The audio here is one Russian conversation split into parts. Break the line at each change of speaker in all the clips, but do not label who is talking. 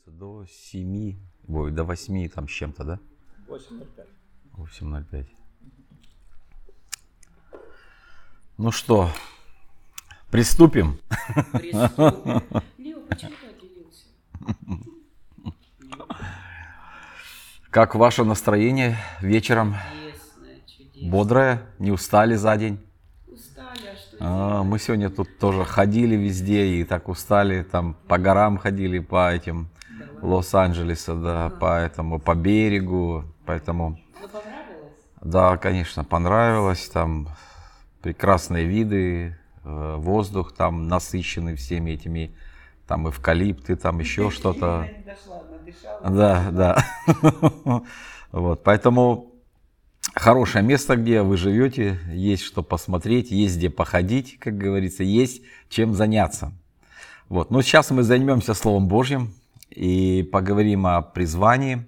До 7, ой, до 8 там с чем-то, да?
8:05.
8:05. Ну что, приступим?
Приступим. Лео, почему ты отделился?
Как ваше настроение вечером?
Чудесное, чудесное.
Бодрое? Не устали за день?
Устали, а что делать?
Мы сегодня тут тоже ходили везде и так устали, там по горам ходили, по этим
Да ладно?
Лос-Анджелеса, да, поэтому по берегу, поэтому,
Ну, понравилось?
да, конечно, понравилось, там прекрасные виды, воздух там насыщенный всеми этими, там эвкалипты, там еще что-то.
Не дошла, надышалась.
Да, да. Вот, поэтому хорошее место, где вы живете, есть что посмотреть, есть где походить, как говорится, есть чем заняться. Вот, но сейчас мы займемся Словом Божьим и поговорим о призвании.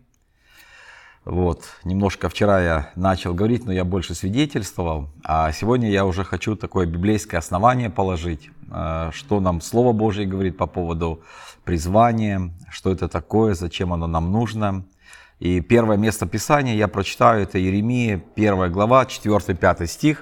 Вот, немножко вчера я начал говорить, но я больше свидетельствовал, а сегодня я уже хочу такое библейское основание положить, что нам Слово Божье говорит по поводу призвания, что это такое, зачем оно нам нужно. И первое место Писания я прочитаю, это Иеремия, 1 глава, 4-5 стих.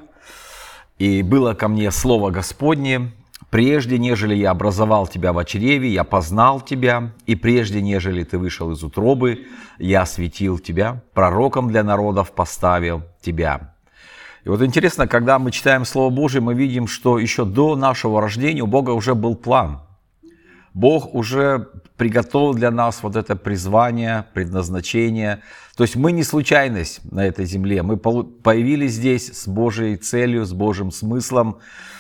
«И было ко мне слово Господне, прежде, нежели я образовал тебя в чреве, я познал тебя, и прежде, нежели ты вышел из утробы, я осветил тебя, пророком для народов поставил тебя». И вот интересно, когда мы читаем Слово Божие, мы видим, что еще до нашего рождения у Бога уже был план. Бог уже приготовил для нас вот это призвание, предназначение. То есть мы не случайность на этой земле, мы появились здесь с Божьей целью, с Божьим смыслом.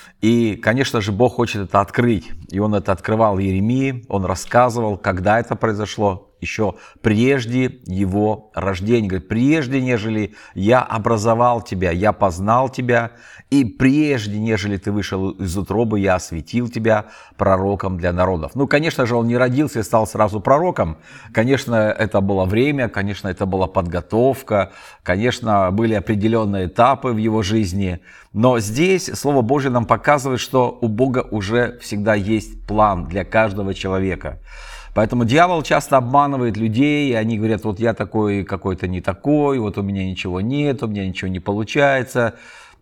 И, конечно же, Бог хочет это открыть. И Он это открывал Иеремии, Он рассказывал, когда это произошло, еще прежде его рождения. Говорит, прежде, нежели я образовал тебя, я познал тебя, и прежде, нежели ты вышел из утробы, я осветил тебя пророком для народов. Ну, конечно же, он не родился и стал сразу пророком. Конечно, это было время, конечно, это была подготовка, конечно, были определенные этапы в его жизни. Но здесь Слово Божье нам показывает, что у Бога уже всегда есть план для каждого человека. Поэтому дьявол часто обманывает людей, и они говорят, вот я такой какой-то не такой, вот у меня ничего нет, у меня ничего не получается.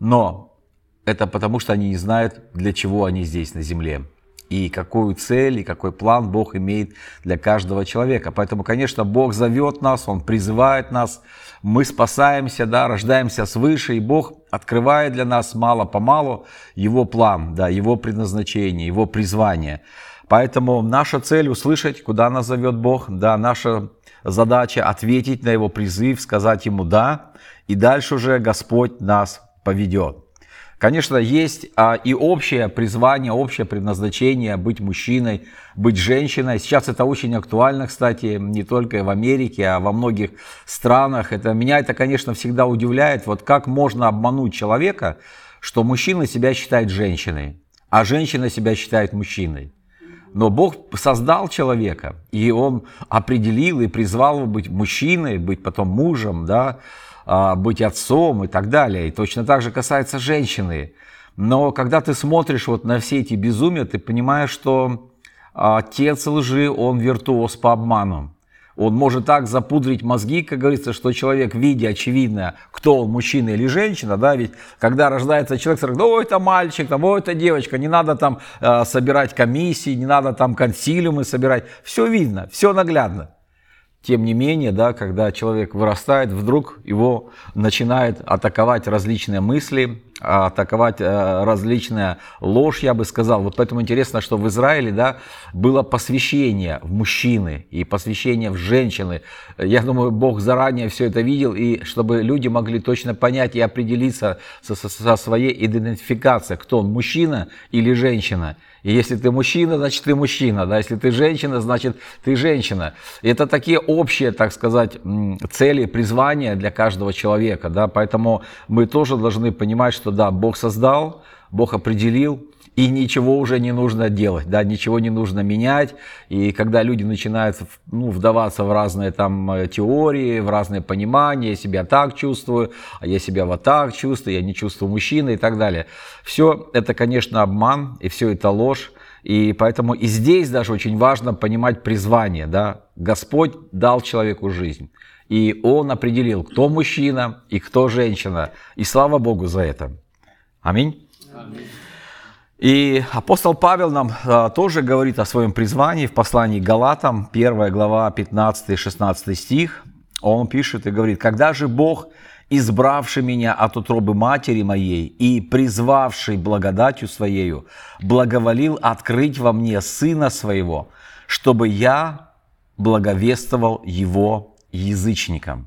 Но это потому, что они не знают, для чего они здесь на земле. И какую цель, и какой план Бог имеет для каждого человека. Поэтому, конечно, Бог зовет нас, Он призывает нас, мы спасаемся, да, рождаемся свыше, и Бог открывает для нас мало-помалу Его план, да, Его предназначение, Его призвание. Поэтому наша цель услышать, куда нас зовет Бог, да, наша задача ответить на Его призыв, сказать Ему «да», и дальше уже Господь нас поведет. Конечно, есть и общее призвание, общее предназначение быть мужчиной, быть женщиной. Сейчас это очень актуально, кстати, не только в Америке, а во многих странах. Меня это, конечно, всегда удивляет. Вот как можно обмануть человека, что мужчина себя считает женщиной, а женщина себя считает мужчиной. Но Бог создал человека, и Он определил и призвал его быть мужчиной, быть потом мужем, да, быть отцом и так далее. И точно так же касается женщины. Но когда ты смотришь вот на все эти безумия, ты понимаешь, что отец лжи, он виртуоз по обману. Он может так запудрить мозги, как говорится, что человек, видя очевидно, кто он, мужчина или женщина, да, ведь когда рождается человек, сразу говорит, ой, это мальчик, там, ой, это девочка, не надо там собирать комиссии, не надо там консилиумы собирать, все видно, все наглядно. Тем не менее, да, когда человек вырастает, вдруг его начинает атаковать различные мысли, атаковать различная ложь, я бы сказал. Вот поэтому интересно, что в Израиле, да, было посвящение в мужчины и посвящение в женщины. Я думаю, Бог заранее все это видел, и чтобы люди могли точно понять и определиться со своей идентификацией, кто он, мужчина или женщина. И если ты мужчина, значит ты мужчина, да, если ты женщина, значит ты женщина. И это такие общие, так сказать, цели, призвания для каждого человека, да, поэтому мы тоже должны понимать, что да, Бог создал, Бог определил, и ничего уже не нужно делать, да, ничего не нужно менять. И когда люди начинают вдаваться в разные там теории, в разные понимания, я себя так чувствую, а я себя вот так чувствую, я не чувствую мужчины и так далее. Все это, конечно, обман, и все это ложь. И поэтому и здесь даже очень важно понимать призвание. Да? Господь дал человеку жизнь. И Он определил, кто мужчина и кто женщина. И слава Богу за это. Аминь. Аминь. И апостол Павел нам тоже говорит о своем призвании в послании к Галатам, 1 глава, 15-16 стих. Он пишет и говорит: «Когда же Бог, избравший меня от утробы матери моей и призвавший благодатью Своею, благоволил открыть во мне Сына Своего, чтобы я благовествовал Его язычникам».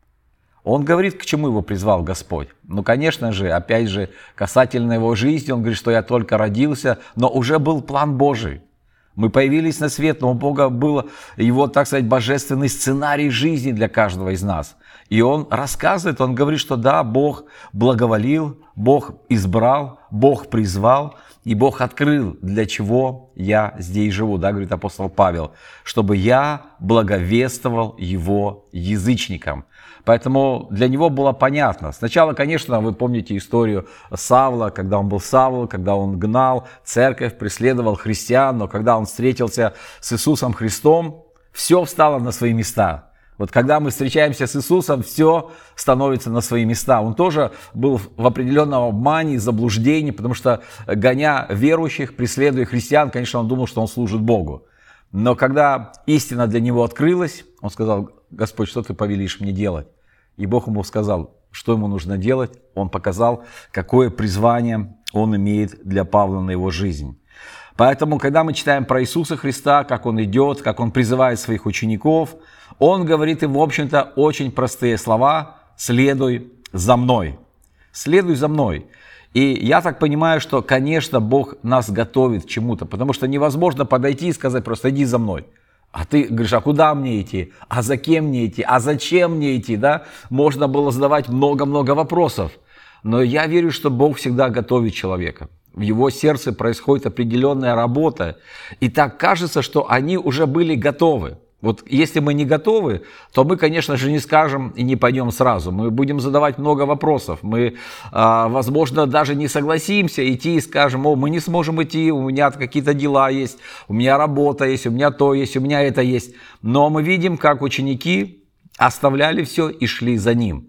Он говорит, к чему его призвал Господь. Ну, конечно же, опять же, касательно его жизни, он говорит, что я только родился, но уже был план Божий. Мы появились на свет, но у Бога был его, так сказать, божественный сценарий жизни для каждого из нас. И он рассказывает, он говорит, что да, Бог благоволил, Бог избрал, Бог призвал, и Бог открыл, для чего я здесь живу, да, говорит апостол Павел, чтобы я благовествовал его язычникам. Поэтому для него было понятно. Сначала, конечно, вы помните историю Савла, когда он был Савл, когда он гнал церковь, преследовал христиан, но когда он встретился с Иисусом Христом, все встало на свои места. Вот когда мы встречаемся с Иисусом, все становится на свои места. Он тоже был в определенном обмане, заблуждении, потому что, гоня верующих, преследуя христиан, конечно, он думал, что он служит Богу. Но когда истина для него открылась, он сказал: «Господь, что ты повелишь мне делать?» И Бог ему сказал, что ему нужно делать. Он показал, какое призвание он имеет для Павла на его жизнь. Поэтому, когда мы читаем про Иисуса Христа, как Он идет, как Он призывает своих учеников, Он говорит им, в общем-то, очень простые слова: «Следуй за мной». «Следуй за мной». И я так понимаю, что, конечно, Бог нас готовит к чему-то, потому что невозможно подойти и сказать просто: «Иди за мной». А ты говоришь: а куда мне идти? А за кем мне идти? А зачем мне идти? Да? Можно было задавать много-много вопросов. Но я верю, что Бог всегда готовит человека. В его сердце происходит определенная работа. И так кажется, что они уже были готовы. Вот если мы не готовы, то мы, конечно же, не скажем и не пойдем сразу. Мы будем задавать много вопросов. Мы, возможно, даже не согласимся идти и скажем: «О, мы не сможем идти, у меня какие-то дела есть, у меня работа есть, у меня то есть, у меня это есть». Но мы видим, как ученики оставляли все и шли за Ним.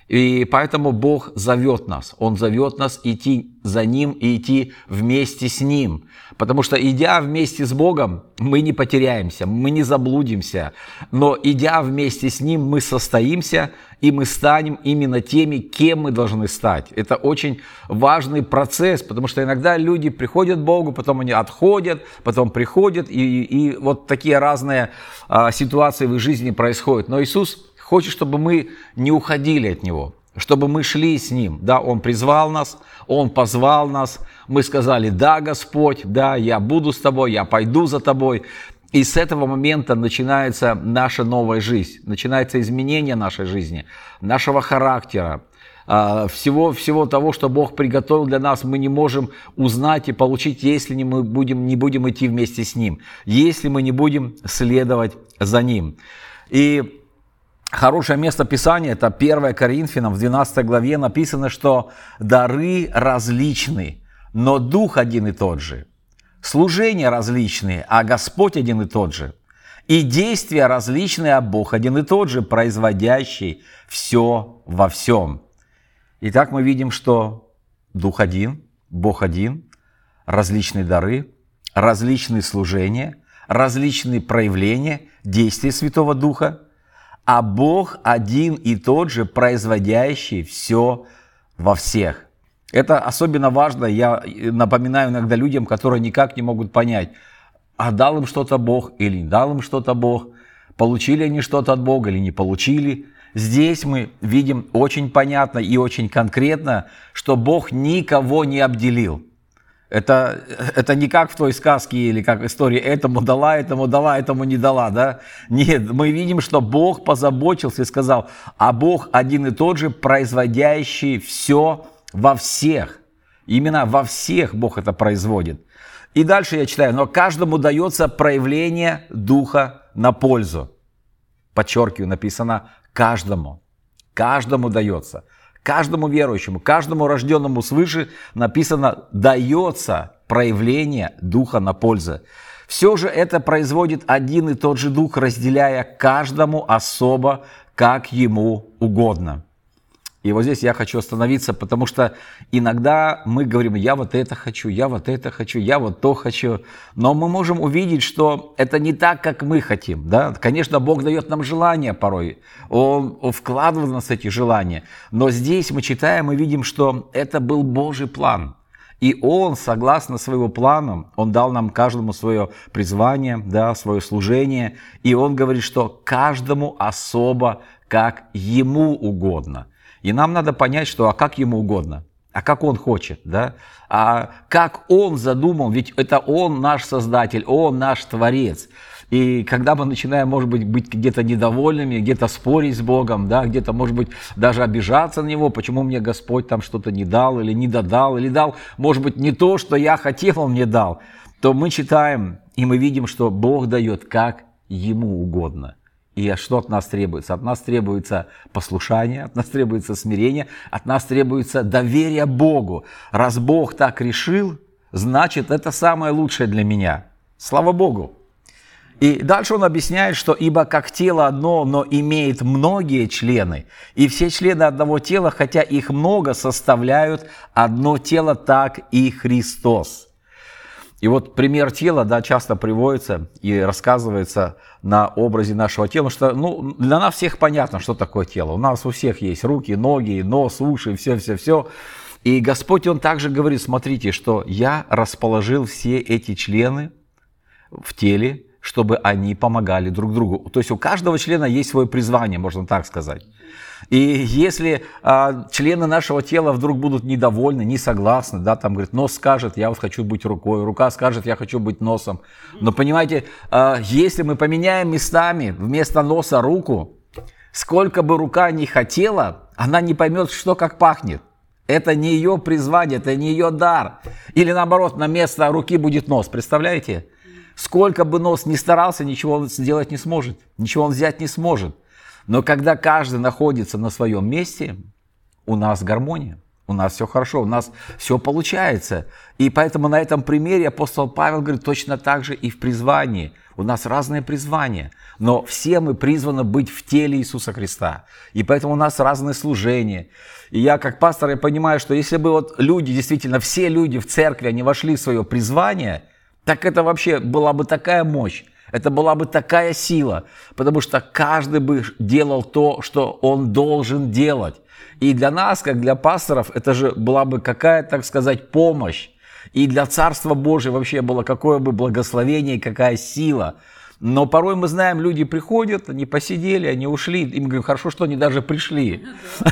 И поэтому Бог зовет нас. Он зовет нас идти за Ним и идти вместе с Ним. Потому что, идя вместе с Богом, мы не потеряемся, мы не заблудимся. Но, идя вместе с Ним, мы состоимся, и мы станем именно теми, кем мы должны стать. Это очень важный процесс, потому что иногда люди приходят к Богу, потом они отходят, потом приходят, и вот такие разные ситуации в их жизни происходят. Но Иисус хочет, чтобы мы не уходили от Него, чтобы мы шли с Ним. Да, Он призвал нас, Он позвал нас, мы сказали: «Да, Господь, да, я буду с Тобой, я пойду за Тобой». И с этого момента начинается наша новая жизнь, начинается изменение нашей жизни, нашего характера, всего того, что Бог приготовил для нас, мы не можем узнать и получить, если не будем идти вместе с Ним, если мы не будем следовать за Ним. И хорошее место Писания — это 1 Коринфянам, в 12 главе написано, что дары различны, но Дух один и тот же. Служения различные, а Господь один и тот же. И действия различные, а Бог один и тот же, производящий все во всем. Итак, мы видим, что Дух один, Бог один, различные дары, различные служения, различные проявления действий Святого Духа, а Бог один и тот же, производящий все во всех. Это особенно важно, я напоминаю иногда людям, которые никак не могут понять, а дал им что-то Бог или не дал им что-то Бог, получили они что-то от Бога или не получили. Здесь мы видим очень понятно и очень конкретно, что Бог никого не обделил. Это не как в той сказке или как история: этому дала, этому не дала, да? Нет, мы видим, что Бог позаботился и сказал: а Бог один и тот же, производящий все во всех. Именно во всех Бог это производит. И дальше я читаю: но каждому дается проявление Духа на пользу. Подчеркиваю, написано каждому. Каждому дается. Каждому верующему, каждому рожденному свыше написано: дается проявление Духа на пользу. Все же это производит один и тот же Дух, разделяя каждому особо, как ему угодно. И вот здесь я хочу остановиться, потому что иногда мы говорим: я вот это хочу, я вот это хочу, я вот то хочу. Но мы можем увидеть, что это не так, как мы хотим. Да? Конечно, Бог дает нам желания порой. Он вкладывает в нас эти желания. Но здесь мы читаем и видим, что это был Божий план. И Он, согласно своему плану, Он дал нам каждому свое призвание, да, свое служение. И Он говорит, что каждому особо, как Ему угодно. И нам надо понять, что как Ему угодно, а как Он хочет, да? А как Он задумал, ведь это Он наш Создатель, Он наш Творец. И когда мы начинаем, может быть где-то недовольными, где-то спорить с Богом, да, где-то, может быть, даже обижаться на Него, почему мне Господь там что-то не дал или не додал, или дал, может быть, не то, что я хотел, Он мне дал, то мы читаем, и мы видим, что Бог дает, как Ему угодно. И что от нас требуется? От нас требуется послушание, от нас требуется смирение, от нас требуется доверие Богу. Раз Бог так решил, значит, это самое лучшее для меня. Слава Богу! И дальше он объясняет, что «ибо как тело одно, но имеет многие члены, и все члены одного тела, хотя их много, составляют одно тело, так и Христос». И вот пример тела, да, часто приводится и рассказывается на образе нашего тела, что для нас всех понятно, что такое тело. У нас у всех есть руки, ноги, нос, уши, все. И Господь, Он также говорит: смотрите, что я расположил все эти члены в теле, чтобы они помогали друг другу. То есть у каждого члена есть свое призвание, можно так сказать. И если члены нашего тела вдруг будут недовольны, не согласны, да, там говорит, нос скажет: я вот хочу быть рукой, рука скажет: я хочу быть носом. Но понимаете, если мы поменяем местами вместо носа руку, сколько бы рука ни хотела, она не поймет, что как пахнет. Это не ее призвание, это не ее дар. Или наоборот, на место руки будет нос, представляете? Сколько бы нос ни старался, ничего он сделать не сможет, ничего он взять не сможет. Но когда каждый находится на своем месте, у нас гармония, у нас все хорошо, у нас все получается. И поэтому на этом примере апостол Павел говорит, точно так же и в призвании. У нас разные призвания, но все мы призваны быть в теле Иисуса Христа. И поэтому у нас разные служения. И я как пастор, я понимаю, что если бы вот люди, действительно все люди в церкви, они вошли в свое призвание, так это вообще была бы такая мощь. Это была бы такая сила, потому что каждый бы делал то, что он должен делать. И для нас, как для пасторов, это же была бы какая, так сказать, помощь. И для Царства Божьего вообще было какое бы благословение, какая сила. Но порой мы знаем, люди приходят, они посидели, они ушли. Им говорим, хорошо, что они даже пришли.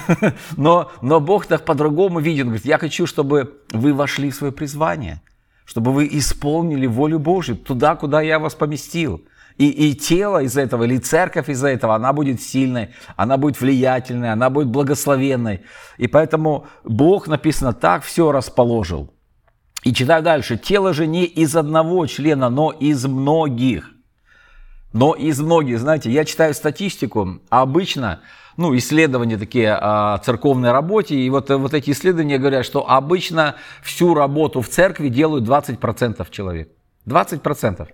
Но Бог так по-другому видит. Он говорит, я хочу, чтобы вы вошли в свое призвание. Чтобы вы исполнили волю Божью туда, куда я вас поместил. И тело из этого, или церковь из-за этого, она будет сильной, она будет влиятельной, она будет благословенной. И поэтому Бог, написано, так все расположил. И читаю дальше. Тело же не из одного члена, но из многих. Но из многих, знаете, я читаю статистику, а обычно, исследования такие о церковной работе, и вот эти исследования говорят, что обычно всю работу в церкви делают 20% человек. 20%.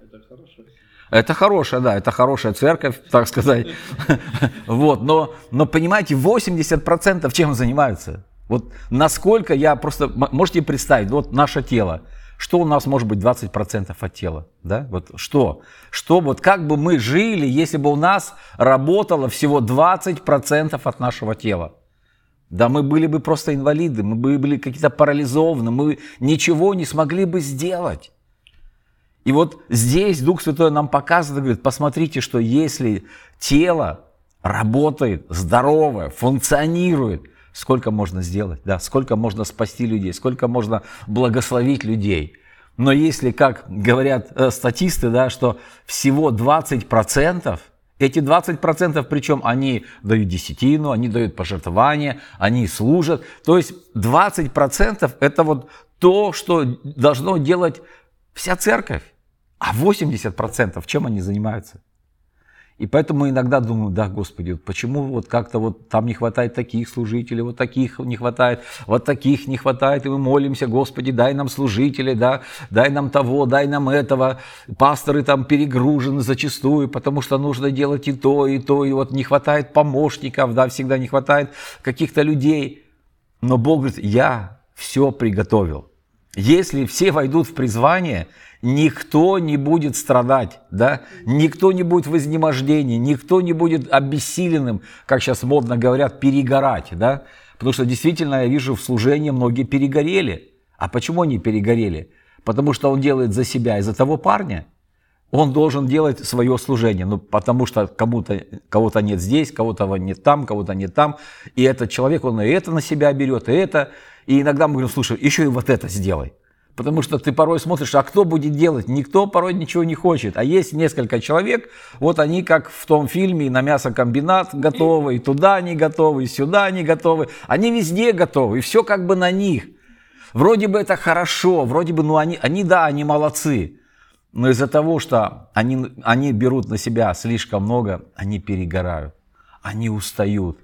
Это хорошая, да, это хорошая церковь, так сказать. Вот, но понимаете, 80% чем занимаются? Вот насколько можете представить, вот наше тело. Что у нас может быть 20% от тела? Да? Вот что? Вот как бы мы жили, если бы у нас работало всего 20% от нашего тела? Да мы были бы просто инвалиды, мы были какие-то парализованы, мы ничего не смогли бы сделать. И вот здесь Дух Святой нам показывает, говорит, посмотрите, что если тело работает, здоровое, функционирует, сколько можно сделать, да, сколько можно спасти людей, сколько можно благословить людей. Но если, как говорят статисты, да, что всего 20%, эти 20%, причем они дают десятину, они дают пожертвования, они служат. То есть 20% это вот то, что должно делать вся церковь. А 80% чем они занимаются? И поэтому иногда думаю, да, Господи, почему вот как-то вот там не хватает таких служителей, вот таких не хватает, вот таких не хватает, и мы молимся, Господи, дай нам служителей, да, дай нам того, дай нам этого. Пасторы там перегружены зачастую, потому что нужно делать и то, и вот не хватает помощников, да, всегда не хватает каких-то людей. Но Бог говорит, я все приготовил. Если все войдут в призвание, никто не будет страдать, да? Никто не будет в изнемождении, никто не будет обессиленным, как сейчас модно говорят, перегорать. Да? Потому что действительно я вижу в служении многие перегорели. А почему они перегорели? Потому что он делает за себя и за того парня. Он должен делать свое служение, ну, потому что кого-то нет здесь, кого-то нет там, кого-то нет там. И этот человек, он и это на себя берет, и это. И иногда мы говорим, слушай, еще и вот это сделай. Потому что ты порой смотришь, а кто будет делать? Никто порой ничего не хочет. А есть несколько человек, вот они как в том фильме, на мясокомбинат готовы, и туда они готовы, и сюда они готовы. Они везде готовы, и все как бы на них. Вроде бы это хорошо, вроде бы, ну они молодцы. Но из-за того, что они берут на себя слишком много, они перегорают, они устают.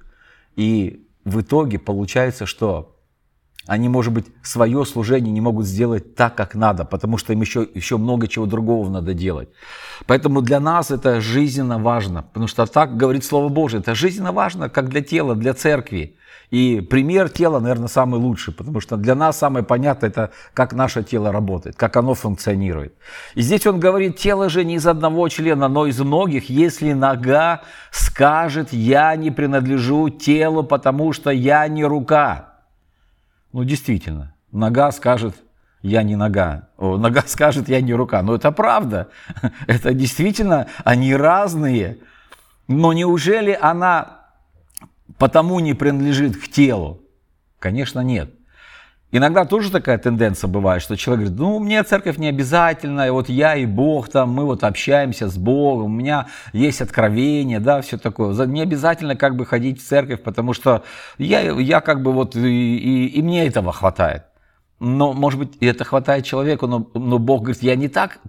И в итоге получается, что они, может быть, свое служение не могут сделать так, как надо, потому что им еще много чего другого надо делать. Поэтому для нас это жизненно важно, потому что так говорит Слово Божие. Это жизненно важно как для тела, для церкви. И пример тела, наверное, самый лучший, потому что для нас самое понятное, это как наше тело работает, как оно функционирует. И здесь он говорит, тело же не из одного члена, но из многих. Если нога скажет, я не принадлежу телу, потому что я не рука. Ну, действительно, нога скажет, я не нога. Нога скажет, я не рука. Но это правда. Это действительно, они разные. Но неужели она потому не принадлежит к телу? Конечно, нет. Иногда тоже такая тенденция бывает, что человек говорит, ну, мне церковь не обязательно, вот я и Бог, там, мы вот общаемся с Богом, у меня есть откровение, да, все такое. Не обязательно как бы ходить в церковь, потому что я как бы вот, и мне этого хватает. Но, может быть, это хватает человеку, но Бог говорит, я не так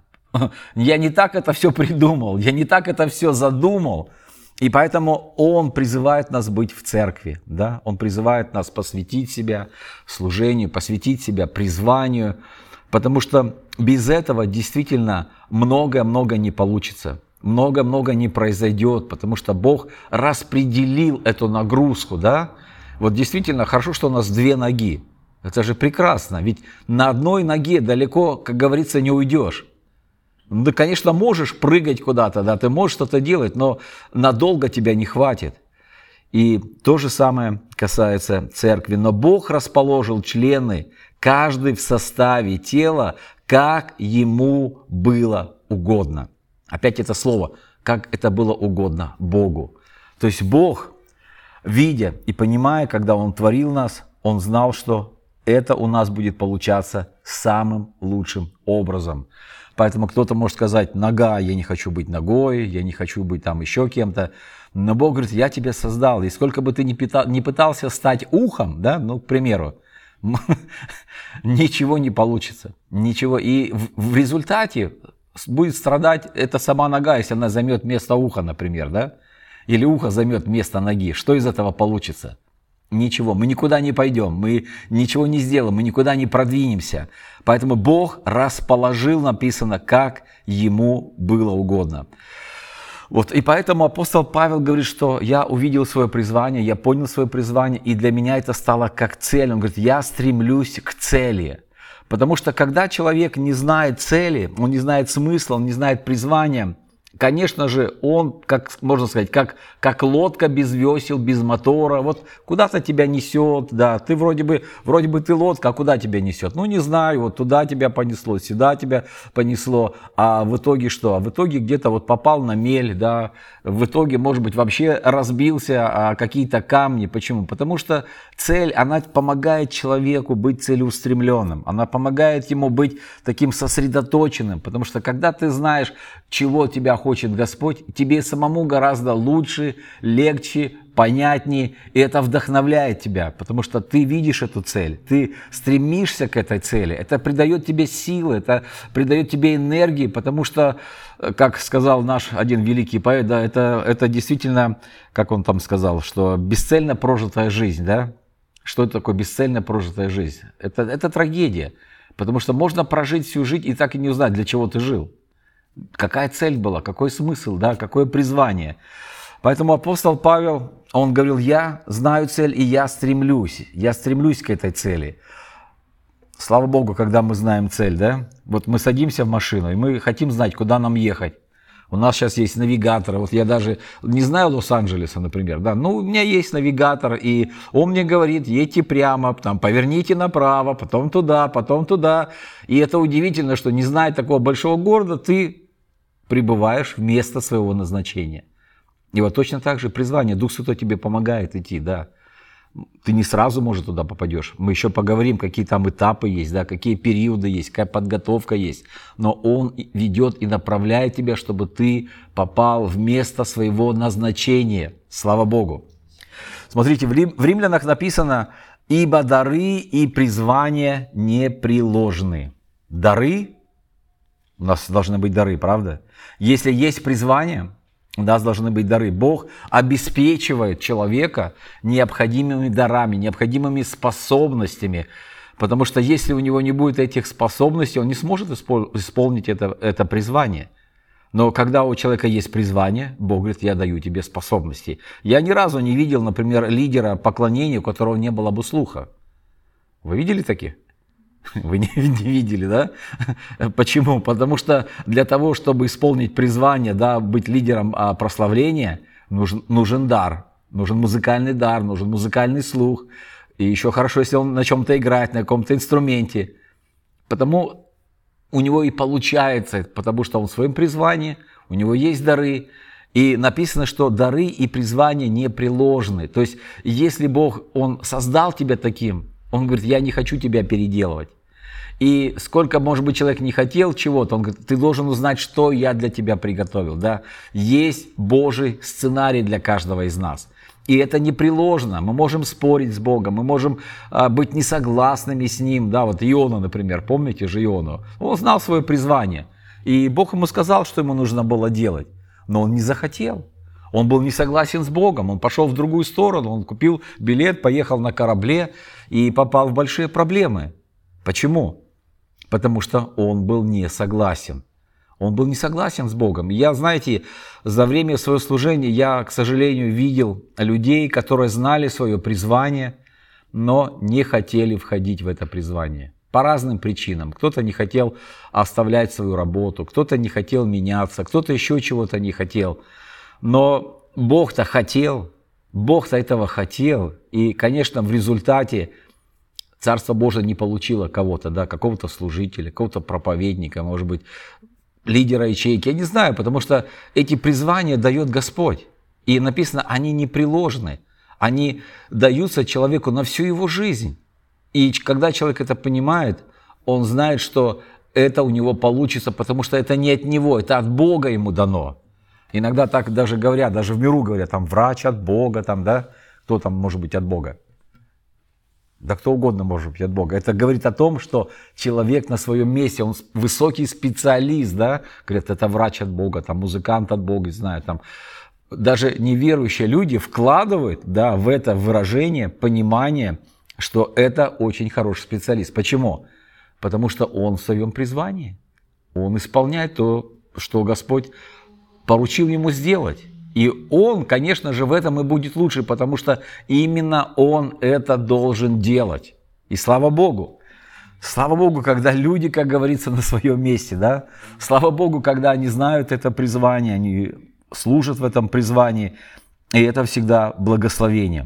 это все придумал, я не так это все задумал. И поэтому Он призывает нас быть в церкви, да? Он призывает нас посвятить себя служению, посвятить себя призванию, потому что без этого действительно много-много не получится, много-много не произойдет, потому что Бог распределил эту нагрузку, да? Вот действительно хорошо, что у нас две ноги, это же прекрасно, ведь на одной ноге далеко, как говорится, не уйдешь. Да, конечно, можешь прыгать куда-то, да, ты можешь что-то делать, но надолго тебя не хватит. И то же самое касается церкви. Но Бог расположил члены, каждый в составе тела, как ему было угодно. Опять это слово, как это было угодно Богу. То есть Бог, видя и понимая, когда Он творил нас, Он знал, что это у нас будет получаться самым лучшим образом. Поэтому кто-то может сказать, нога, я не хочу быть ногой, я не хочу быть там еще кем-то. Но Бог говорит, я тебя создал. И сколько бы ты ни пытался стать ухом, да, ну, к примеру, ничего не получится. Ничего. И в результате будет страдать эта сама нога, если она займет место уха, например, да? Или ухо займет место ноги. Что из этого получится? Ничего, мы никуда не пойдем, мы ничего не сделаем, мы никуда не продвинемся. Поэтому Бог расположил, написано, как ему было угодно. Вот, и поэтому апостол Павел говорит, что я увидел свое призвание, я понял свое призвание, и для меня это стало как цель. Он говорит, я стремлюсь к цели. Потому что когда человек не знает цели, он не знает смысла, он не знает призвания, конечно же, он, как можно сказать, как лодка без весел, без мотора, вот куда-то тебя несет, да, ты вроде бы ты лодка, а куда тебя несет? Ну, не знаю, вот туда тебя понесло, сюда тебя понесло, а в итоге что? А в итоге где-то вот попал на мель, да, в итоге, может быть, вообще разбился о какие-то камни. Почему? Потому что цель, она помогает человеку быть целеустремленным, она помогает ему быть таким сосредоточенным, потому что когда ты знаешь, чего тебя хочет Господь, тебе самому гораздо лучше, легче, понятнее, и это вдохновляет тебя, потому что ты видишь эту цель, ты стремишься к этой цели, это придает тебе силы, это придает тебе энергии, потому что, как сказал наш один великий поэт, да, это действительно, как он там сказал, что бесцельно прожитая жизнь, да? Что это такое бесцельно прожитая жизнь? Это трагедия, потому что можно прожить всю жизнь и так и не узнать, для чего ты жил. Какая цель была, какой смысл, да, какое призвание. Поэтому апостол Павел, он говорил, я знаю цель и я стремлюсь к этой цели. Слава Богу, когда мы знаем цель, да? Вот мы садимся в машину, и мы хотим знать, куда нам ехать. У нас сейчас есть навигатор, вот я даже не знаю Лос-Анджелеса, например, да, но у меня есть навигатор, и он мне говорит, едьте прямо, там, поверните направо, потом туда, и это удивительно, что не зная такого большого города, ты прибываешь в место своего назначения. И вот точно так же призвание, Дух Святой тебе помогает идти, да. Ты не сразу, может, туда попадешь. Мы еще поговорим, какие там этапы есть, да, какие периоды есть, какая подготовка есть. Но Он ведет и направляет тебя, чтобы ты попал в место своего назначения. Слава Богу. Смотрите, в Римлянах написано, ибо дары и призвания непреложны. Дары, у нас должны быть дары, правда? Если есть призвание, у нас должны быть дары. Бог обеспечивает человека необходимыми дарами, необходимыми способностями. Потому что если у него не будет этих способностей, он не сможет исполнить это призвание. Но когда у человека есть призвание, Бог говорит, я даю тебе способности. Я ни разу не видел, например, лидера поклонения, у которого не было бы слуха. Вы видели таких? Вы не видели, да? Почему? Потому что для того, чтобы исполнить призвание, да, быть лидером прославления, нужен дар, нужен музыкальный дар, нужен музыкальный слух. И еще хорошо, если он на чем-то играет, на каком-то инструменте. Потому у него и получается, потому что он в своем призвании, у него есть дары. И написано, что дары и призвания непреложны. То есть, если Бог, Он создал тебя таким, Он говорит, я не хочу тебя переделывать. И сколько, может быть, человек не хотел чего-то, он говорит, ты должен узнать, что я для тебя приготовил. Да? Есть Божий сценарий для каждого из нас. И это непреложно. Мы можем спорить с Богом, мы можем быть несогласными с Ним. Да, вот Иона, например, помните же Иону? Он знал свое призвание. И Бог ему сказал, что ему нужно было делать. Но он не захотел. Он был не согласен с Богом, он пошел в другую сторону, он купил билет, поехал на корабле и попал в большие проблемы. Почему? Потому что он был не согласен. Он был не согласен с Богом. Я, знаете, за время своего служения я, к сожалению, видел людей, которые знали свое призвание, но не хотели входить в это призвание. По разным причинам. Кто-то не хотел оставлять свою работу, кто-то не хотел меняться, кто-то еще чего-то не хотел. Но Бог-то хотел, Бог-то этого хотел. И, конечно, в результате Царство Божие не получило кого-то, да, какого-то служителя, какого-то проповедника, может быть, лидера ячейки. Я не знаю, потому что эти призвания дает Господь. И написано, они непреложны. Они даются человеку на всю его жизнь. И когда человек это понимает, он знает, что это у него получится, потому что это не от него, это от Бога ему дано. Иногда так даже говорят, даже в миру говорят, там врач от Бога, там, да, кто там может быть от Бога? Да кто угодно может быть от Бога. Это говорит о том, что человек на своем месте, он высокий специалист, да, говорят, это врач от Бога, там, музыкант от Бога, не знаю, там. Даже неверующие люди вкладывают, да, в это выражение, понимание, что это очень хороший специалист. Почему? Потому что он в своем призвании. Он исполняет то, что Господь поручил ему сделать. И он, конечно же, в этом и будет лучше, потому что именно он это должен делать. И слава Богу. Слава Богу, когда люди, как говорится, на своем месте. Да? Слава Богу, когда они знают это призвание, они служат в этом призвании. И это всегда благословение.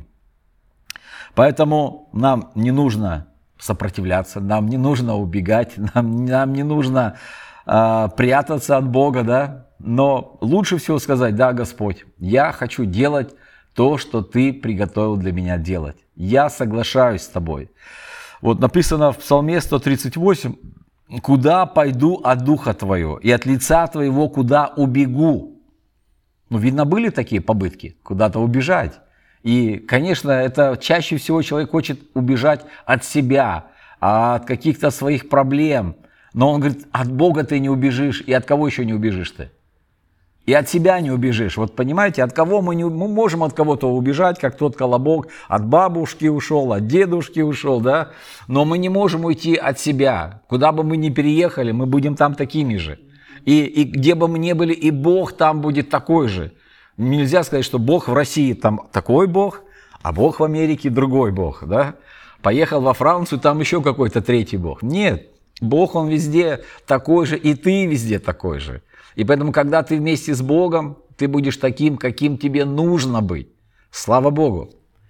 Поэтому нам не нужно сопротивляться, нам не нужно убегать, нам не нужно прятаться от Бога, да? Но лучше всего сказать, да, Господь, я хочу делать то, что Ты приготовил для меня делать. Я соглашаюсь с Тобой. Вот написано в Псалме 138, Куда пойду от духа твоего, и от лица твоего куда убегу? Ну, видно, были такие попытки куда-то убежать. И, конечно, это чаще всего человек хочет убежать от себя, от каких-то своих проблем. Но он говорит, от Бога ты не убежишь, и от кого еще не убежишь ты? И от себя не убежишь. Вот понимаете, от кого мы можем от кого-то убежать, как тот колобок, от бабушки ушел, от дедушки ушел, да? Но мы не можем уйти от себя. Куда бы мы ни переехали, мы будем там такими же. И где бы мы ни были, и Бог там будет такой же. Нельзя сказать, что Бог в России там такой Бог, а Бог в Америке другой Бог, да? Поехал во Францию, там еще какой-то третий Бог. Нет, Бог, Он везде такой же, и ты везде такой же. И поэтому, когда ты вместе с Богом, ты будешь таким, каким тебе нужно быть. Слава Богу!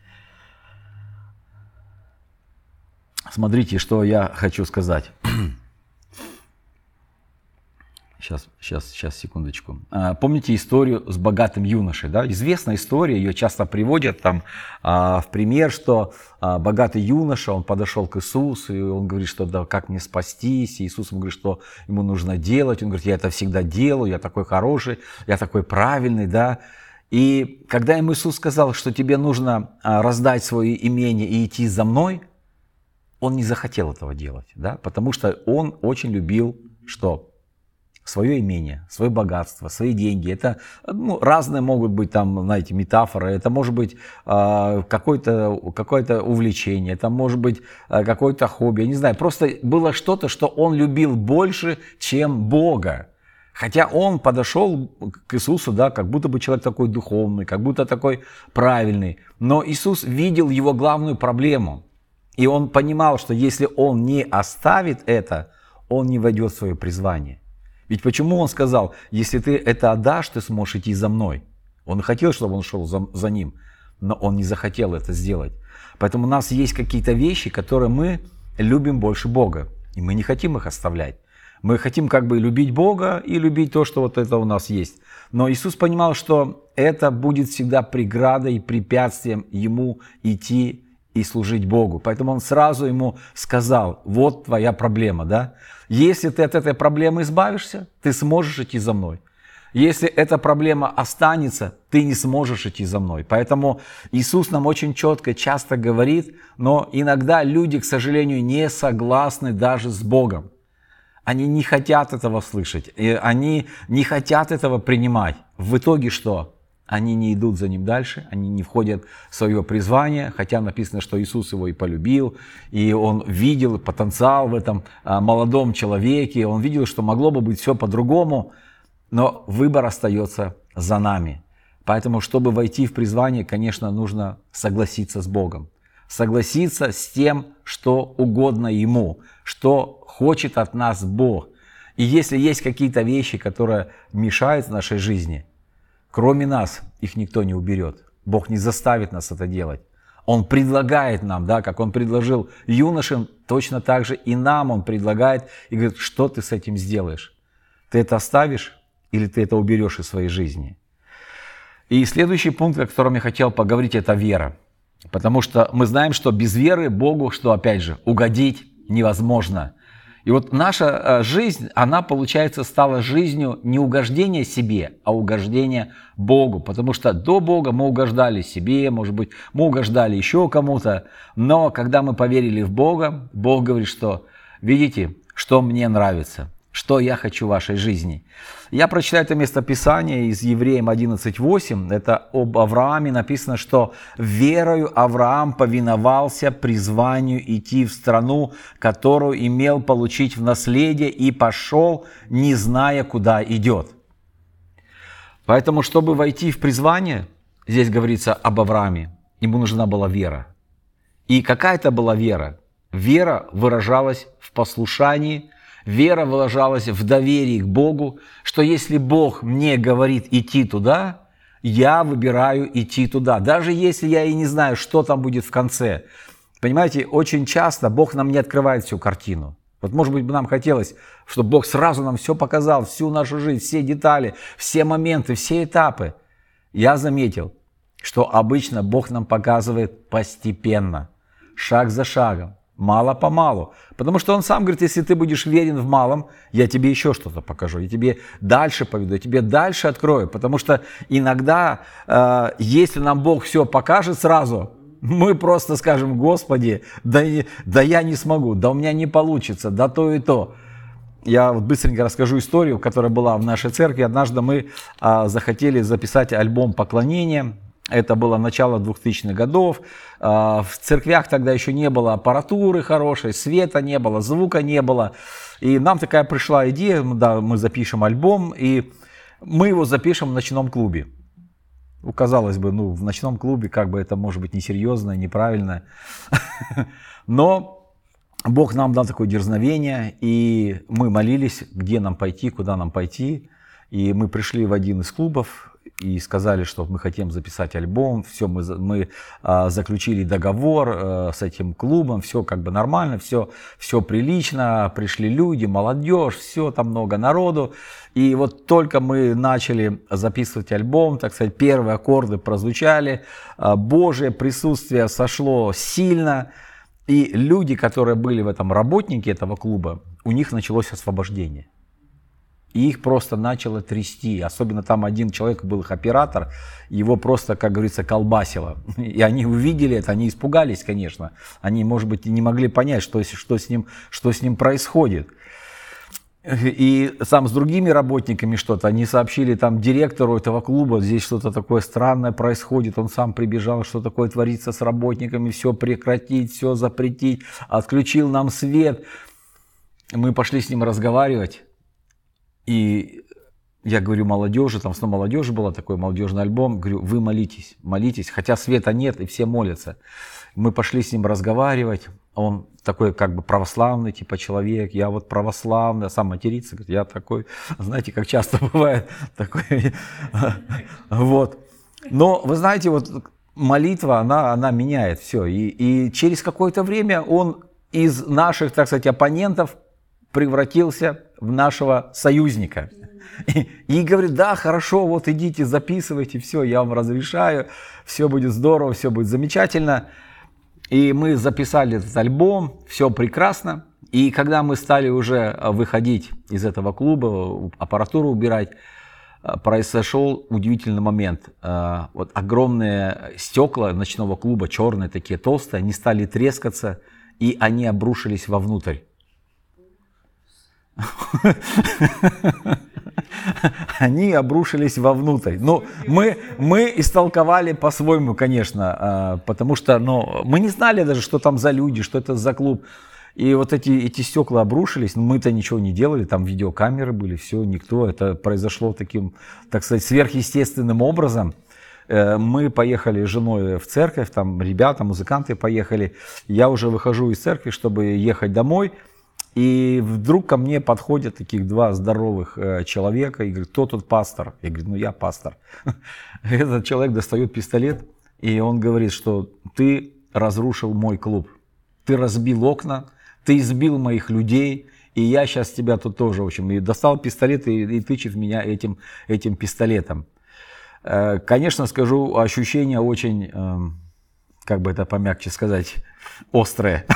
Смотрите, что я хочу сказать. Сейчас, секундочку. Помните историю с богатым юношей? Да? Известная история, ее часто приводят там, в пример, что богатый юноша, он подошел к Иисусу, и он говорит, что да, как мне спастись? И Иисус ему говорит, что ему нужно делать. Он говорит, я это всегда делаю, я такой хороший, я такой правильный. Да? И когда ему Иисус сказал, что тебе нужно раздать свое имение и идти за мной, он не захотел этого делать, да? Потому что он очень любил что? Свое имение, свое богатство, свои деньги. Это разные могут быть там, знаете, метафоры. Это может быть какое-то увлечение, это может быть какое-то хобби. Я не знаю, просто было что-то, что он любил больше, чем Бога. Хотя он подошел к Иисусу, да, как будто бы человек такой духовный, как будто такой правильный. Но Иисус видел его главную проблему. И он понимал, что если он не оставит это, он не войдет в свое призвание. Ведь почему он сказал, если ты это отдашь, ты сможешь идти за мной. Он хотел, чтобы он шел за ним, но он не захотел это сделать. Поэтому у нас есть какие-то вещи, которые мы любим больше Бога, и мы не хотим их оставлять. Мы хотим как бы любить Бога и любить то, что вот это у нас есть. Но Иисус понимал, что это будет всегда преградой и препятствием ему идти и служить Богу. Поэтому он сразу ему сказал, вот твоя проблема, да? Если ты от этой проблемы избавишься, ты сможешь идти за мной. Если эта проблема останется, ты не сможешь идти за мной. Поэтому Иисус нам очень четко, часто говорит, но иногда люди, к сожалению, не согласны даже с Богом. Они не хотят этого слышать, и они не хотят этого принимать. В итоге что? Они не идут за ним дальше, они не входят в свое призвание, хотя написано, что Иисус его и полюбил, и он видел потенциал в этом молодом человеке, он видел, что могло бы быть все по-другому, но выбор остается за нами. Поэтому, чтобы войти в призвание, конечно, нужно согласиться с Богом, согласиться с тем, что угодно Ему, что хочет от нас Бог. И если есть какие-то вещи, которые мешают в нашей жизни, кроме нас их никто не уберет. Бог не заставит нас это делать. Он предлагает нам, да, как Он предложил юношам, точно так же и нам Он предлагает и говорит, что ты с этим сделаешь? Ты это оставишь или ты это уберешь из своей жизни? И следующий пункт, о котором я хотел поговорить, это вера. Потому что мы знаем, что без веры Богу, что опять же, угодить невозможно. И вот наша жизнь, она, получается, стала жизнью не угождения себе, а угождения Богу. Потому что до Бога мы угождали себе, может быть, мы угождали еще кому-то. Но когда мы поверили в Бога, Бог говорит, что видите, что мне нравится, что я хочу в вашей жизни. Я прочитаю это местописание из Евреям 11:8. Это об Аврааме написано, что верою Авраам повиновался призванию идти в страну, которую имел получить в наследие, и пошел, не зная, куда идет. Поэтому, чтобы войти в призвание, здесь говорится об Аврааме, ему нужна была вера. И какая это была вера? Вера выражалась в послушании, вера выражалась в доверии к Богу, что если Бог мне говорит идти туда, я выбираю идти туда, даже если я и не знаю, что там будет в конце. Понимаете, очень часто Бог нам не открывает всю картину. Вот, может быть, нам хотелось, чтобы Бог сразу нам все показал, всю нашу жизнь, все детали, все моменты, все этапы. Я заметил, что обычно Бог нам показывает постепенно, шаг за шагом. Мало-помалу. Потому что он сам говорит, если ты будешь верен в малом, я тебе еще что-то покажу, я тебе дальше поведу, я тебе дальше открою. Потому что иногда, если нам Бог все покажет сразу, мы просто скажем: Господи, да я не смогу, да у меня не получится, да то и то. Я вот быстренько расскажу историю, которая была в нашей церкви. Однажды мы захотели записать альбом поклонения. Это было начало 2000-х годов. В церквях тогда еще не было аппаратуры хорошей, света не было, звука не было. И нам такая пришла идея: да, мы запишем альбом, и мы его запишем в ночном клубе. Казалось бы, в ночном клубе как бы это может быть несерьезно, неправильно. Но Бог нам дал такое дерзновение, и мы молились, где нам пойти, куда нам пойти. И мы пришли в один из клубов и сказали, что мы хотим записать альбом. Все, мы заключили договор с этим клубом, все как бы нормально, все прилично. Пришли люди, молодежь, все, там много народу. И вот только мы начали записывать альбом, так сказать, первые аккорды прозвучали, Божие присутствие сошло сильно. И люди, которые были в этом, работники этого клуба, у них началось освобождение. И их просто начало трясти. Особенно там один человек был, их оператор, его просто, как говорится, колбасило. И они увидели это, они испугались, конечно. Они, может быть, и не могли понять, что с ним происходит. И сам с другими работниками что-то, они сообщили там директору этого клуба: здесь что-то такое странное происходит. Он сам прибежал, что такое творится с работниками, все прекратить, все запретить, отключил нам свет. Мы пошли с ним разговаривать. И я говорю молодежи, там снова молодежи была, такой молодежный альбом, говорю: вы молитесь, хотя света нет и все молятся. Мы пошли с ним разговаривать, он такой как бы православный типа человек, я вот православный, сам матерится, говорит: я такой, знаете, как часто бывает, такой, вот. Но вы знаете, вот молитва, она меняет все, и через какое-то время он из наших, так сказать, оппонентов превратился в нашего союзника. И говорит: да, хорошо, вот идите, записывайте, все, я вам разрешаю, все будет здорово, все будет замечательно. И мы записали этот альбом, все прекрасно. И когда мы стали уже выходить из этого клуба, аппаратуру убирать, произошел удивительный момент. Вот огромные стекла ночного клуба, черные такие, толстые, они стали трескаться, и они обрушились вовнутрь. Они обрушились вовнутрь. Ну, мы истолковали по-своему, конечно, потому что мы не знали даже, что там за люди, что это за клуб. И вот эти стекла обрушились, но мы-то ничего не делали, там видеокамеры были, все, никто. Это произошло таким, так сказать, сверхъестественным образом. Мы поехали с женой в церковь, там ребята, музыканты поехали. Я уже выхожу из церкви, чтобы ехать домой. И вдруг ко мне подходят таких два здоровых человека и говорят: кто тут пастор? Я говорю: ну я пастор. Этот человек достает пистолет, и он говорит, что ты разрушил мой клуб, ты разбил окна, ты избил моих людей, и я сейчас тебя тут тоже, в общем, и достал пистолет и тычет в меня этим пистолетом. Конечно, скажу, ощущение очень, как бы это помягче сказать, острое.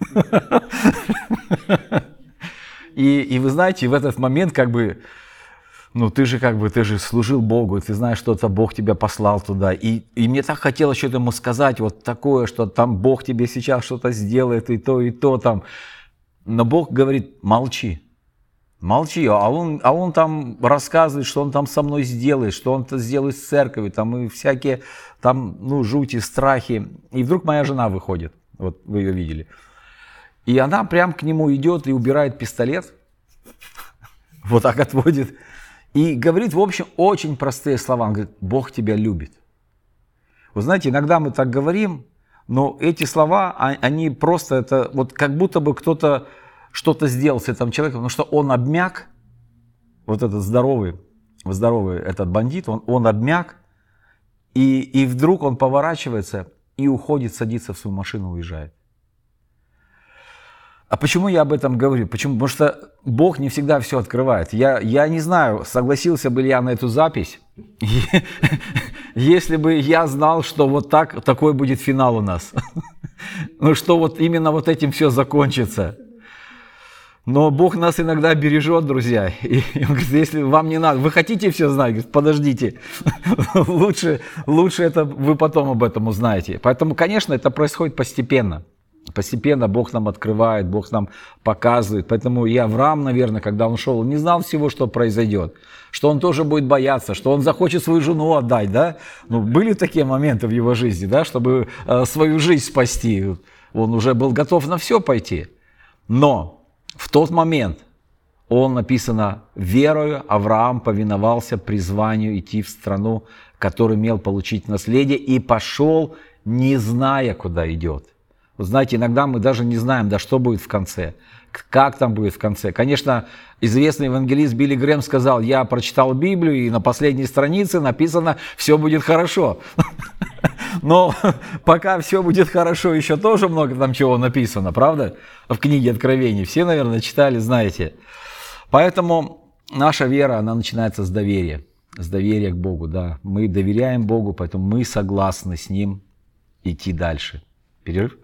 И вы знаете, в этот момент как бы, ты же служил Богу, ты знаешь, что это Бог тебя послал туда. И мне так хотелось что-то ему сказать, вот такое, что там Бог тебе сейчас что-то сделает, и то там. Но Бог говорит: молчи. Молчи, а он там рассказывает, что он там со мной сделает, что он сделает с церковью, там и всякие там, жути, страхи. И вдруг моя жена выходит, вот вы ее видели. И она прям к нему идет и убирает пистолет, вот так отводит, и говорит, в общем, очень простые слова. Он говорит: Бог тебя любит. Вы знаете, иногда мы так говорим, но эти слова, они просто, это вот как будто бы кто-то что-то сделал с этим человеком, потому что он обмяк, вот этот здоровый этот бандит, он обмяк, и вдруг он поворачивается и уходит, садится в свою машину, уезжает. А почему я об этом говорю? Почему? Потому что Бог не всегда все открывает. Я не знаю, согласился бы ли я на эту запись, если бы я знал, что вот такой будет финал у нас. Ну что вот именно вот этим все закончится. Но Бог нас иногда бережет, друзья. И Он говорит, если вам не надо, вы хотите все знать, говорит, подождите. Лучше это вы потом об этом узнаете. Поэтому, конечно, это происходит постепенно. Постепенно Бог нам открывает, Бог нам показывает. Поэтому и Авраам, наверное, когда он шел, не знал всего, что произойдет. Что он тоже будет бояться, что он захочет свою жену отдать. Да? Ну, были такие моменты в его жизни, да, чтобы свою жизнь спасти. Он уже был готов на все пойти. Но в тот момент он, написано, верою Авраам повиновался призванию идти в страну, которую имел получить наследие, и пошел, не зная, куда идет. Вы знаете, иногда мы даже не знаем, да что будет в конце, как там будет в конце. Конечно, известный евангелист Билли Грэм сказал, я прочитал Библию, и на последней странице написано, все будет хорошо. Но пока все будет хорошо, еще тоже много там чего написано, правда? В книге Откровений. Все, наверное, читали, знаете. Поэтому наша вера, она начинается с доверия. С доверия к Богу, да. Мы доверяем Богу, поэтому мы согласны с Ним идти дальше. Перерыв?